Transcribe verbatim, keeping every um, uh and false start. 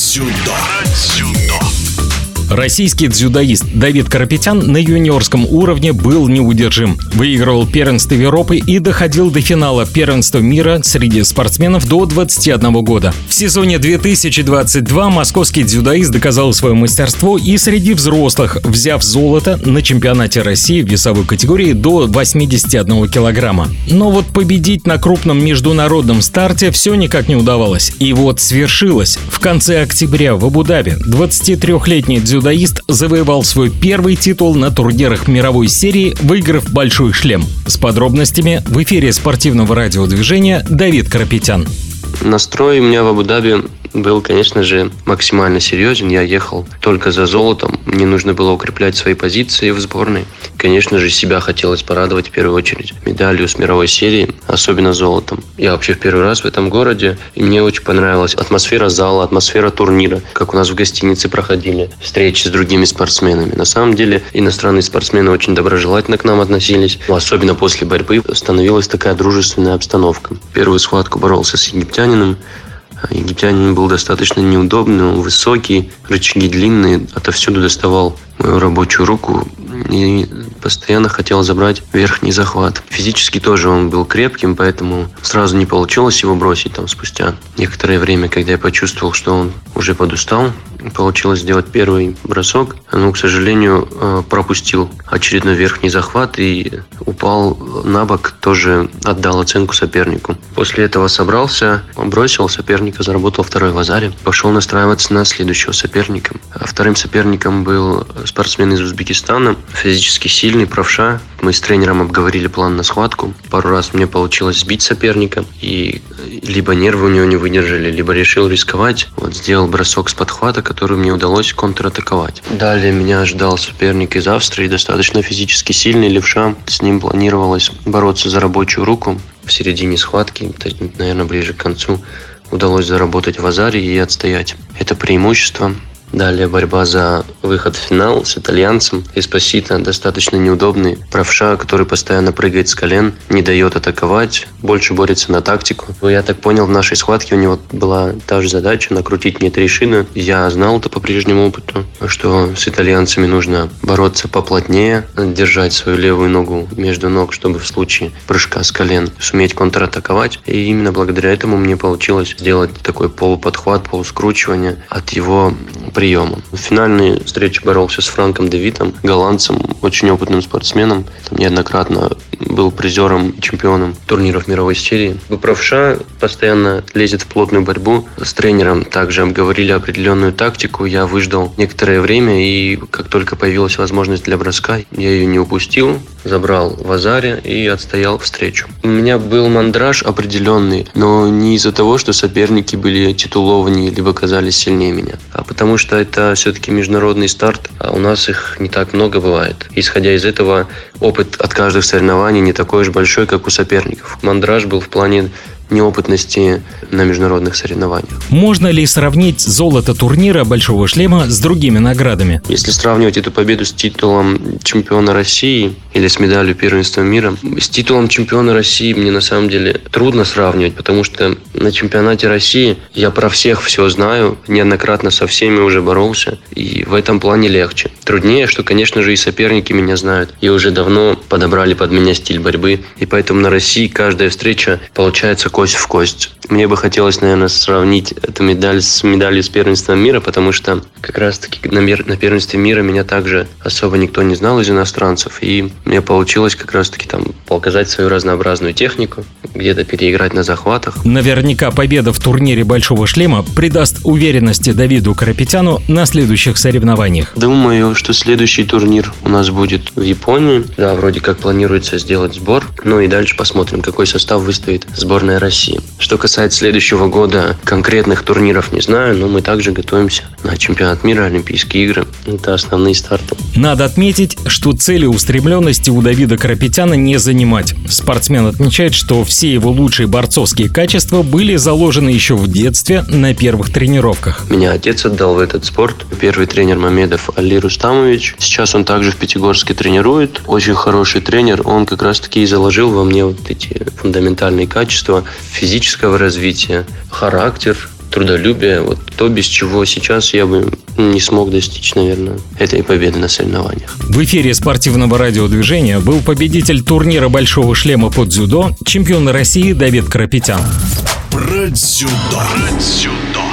Дзюдо. Дзюдо. Российский дзюдоист Давид Карапетян на юниорском уровне был неудержим. Выигрывал первенство Европы и доходил до финала первенства мира среди спортсменов до двадцати одного года. В сезоне две тысячи двадцать два московский дзюдоист доказал свое мастерство и среди взрослых, взяв золото на чемпионате России в весовой категории до восьмидесяти одного килограмма. Но вот победить на крупном международном старте все никак не удавалось. И вот свершилось. В конце октября в Абу-Даби двадцатитрёхлетний дзюдоист Дзюдоист завоевал свой первый титул на турнирах мировой серии, выиграв большой шлем. С подробностями в эфире спортивного радиодвижения Давид Карапетян. Настрой у меня в Абу-Даби был, конечно же, максимально серьезен. Я ехал только за золотом. Мне нужно было укреплять свои позиции в сборной. Конечно же, себя хотелось порадовать в первую очередь медалью с мировой серии, особенно золотом. Я вообще в первый раз в этом городе, и мне очень понравилась атмосфера зала, атмосфера турнира, как у нас в гостинице проходили встречи с другими спортсменами. На самом деле, иностранные спортсмены очень доброжелательно к нам относились. Особенно после борьбы становилась такая дружественная обстановка. Первую схватку боролся с египтянином. Египтянин был достаточно неудобный, высокий, рычаги длинные, отовсюду доставал мою рабочую руку и постоянно хотел забрать верхний захват. Физически тоже он был крепким, поэтому сразу не получилось его бросить. Там спустя некоторое время, когда я почувствовал, что он уже подустал, получилось сделать первый бросок, но, к сожалению, пропустил очередной верхний захват и упал на бок, тоже отдал оценку сопернику. После этого собрался, бросил соперника, заработал второй в азаре, пошел настраиваться на следующего соперника. Вторым соперником был спортсмен из Узбекистана, физически сильный, правша. Мы с тренером обговорили план на схватку. Пару раз мне получилось сбить соперника, и либо нервы у него не выдержали, либо решил рисковать. Вот сделал бросок с подхвата, который мне удалось контратаковать. Далее меня ждал соперник из Австрии, достаточно физически сильный, левша. С ним планировалось бороться за рабочую руку. В середине схватки, наверное, ближе к концу, удалось заработать в азаре и отстоять это преимущество. Далее борьба за выход в финал с итальянцем. Эспосито достаточно неудобный правша, который постоянно прыгает с колен, не дает атаковать, больше борется на тактику. Я так понял, в нашей схватке у него была та же задача — накрутить мне три шины. Я знал это по прежнему опыту, что с итальянцами нужно бороться поплотнее, держать свою левую ногу между ног, чтобы в случае прыжка с колен суметь контратаковать. И именно благодаря этому мне получилось сделать такой полуподхват, полускручивание от его приемом. В финальной встрече боролся с Франком де Витом, голландцем, очень опытным спортсменом. Там неоднократно был призером и чемпионом турниров мировой серии. Правша постоянно лезет в плотную борьбу. С тренером также обговорили определенную тактику. Я выждал некоторое время, и как только появилась возможность для броска, я ее не упустил, забрал в азаре и отстоял встречу. У меня был мандраж определенный, но не из-за того, что соперники были титулованнее либо казались сильнее меня, а потому что это все-таки международный старт, а у нас их не так много бывает. Исходя из этого, опыт от каждых соревнований не такой уж большой, как у соперников. Мандраж был в плане неопытности на международных соревнованиях. Можно ли сравнить золото турнира «Большого шлема» с другими наградами? Если сравнивать эту победу с титулом чемпиона России или с медалью первенства мира, с титулом чемпиона России мне на самом деле трудно сравнивать, потому что на чемпионате России я про всех все знаю, неоднократно со всеми уже боролся, и в этом плане легче. Труднее, что, конечно же, и соперники меня знают, и уже давно подобрали под меня стиль борьбы, и поэтому на России каждая встреча получается кость в кость. Мне бы хотелось, наверное, сравнить эту медаль с медалью с первенством мира, потому что как раз-таки на, мер... на первенстве мира меня также особо никто не знал из иностранцев, и мне получилось как раз-таки там показать свою разнообразную технику, где-то переиграть на захватах. Наверняка победа в турнире «Большого шлема» придаст уверенности Давиду Карапетяну на следующих соревнованиях. Думаю, что следующий турнир у нас будет в Японии. Да, вроде как планируется сделать сбор. Ну и дальше посмотрим, какой состав выставит сборная России. Что касается следующего года, конкретных турниров не знаю, но мы также готовимся на чемпионат мира, Олимпийские игры. Это основные старты. Надо отметить, что целеустремленности у Давида Карапетяна не занимать. Спортсмен отмечает, что все его лучшие борцовские качества были заложены еще в детстве на первых тренировках. Меня отец отдал в этот спорт. Первый тренер Мамедов Али Рустамович. Сейчас он также в Пятигорске тренирует. Очень хороший тренер. Он как раз-таки и заложил во мне вот эти фундаментальные качества физического развития, характер, трудолюбие, вот то, без чего сейчас я бы не смог достичь, наверное, этой победы на соревнованиях. В эфире спортивного радиодвижения был победитель турнира «Большого шлема» по дзюдо, чемпион России Давид Карапетян. Про дзюдо. Про дзюдо.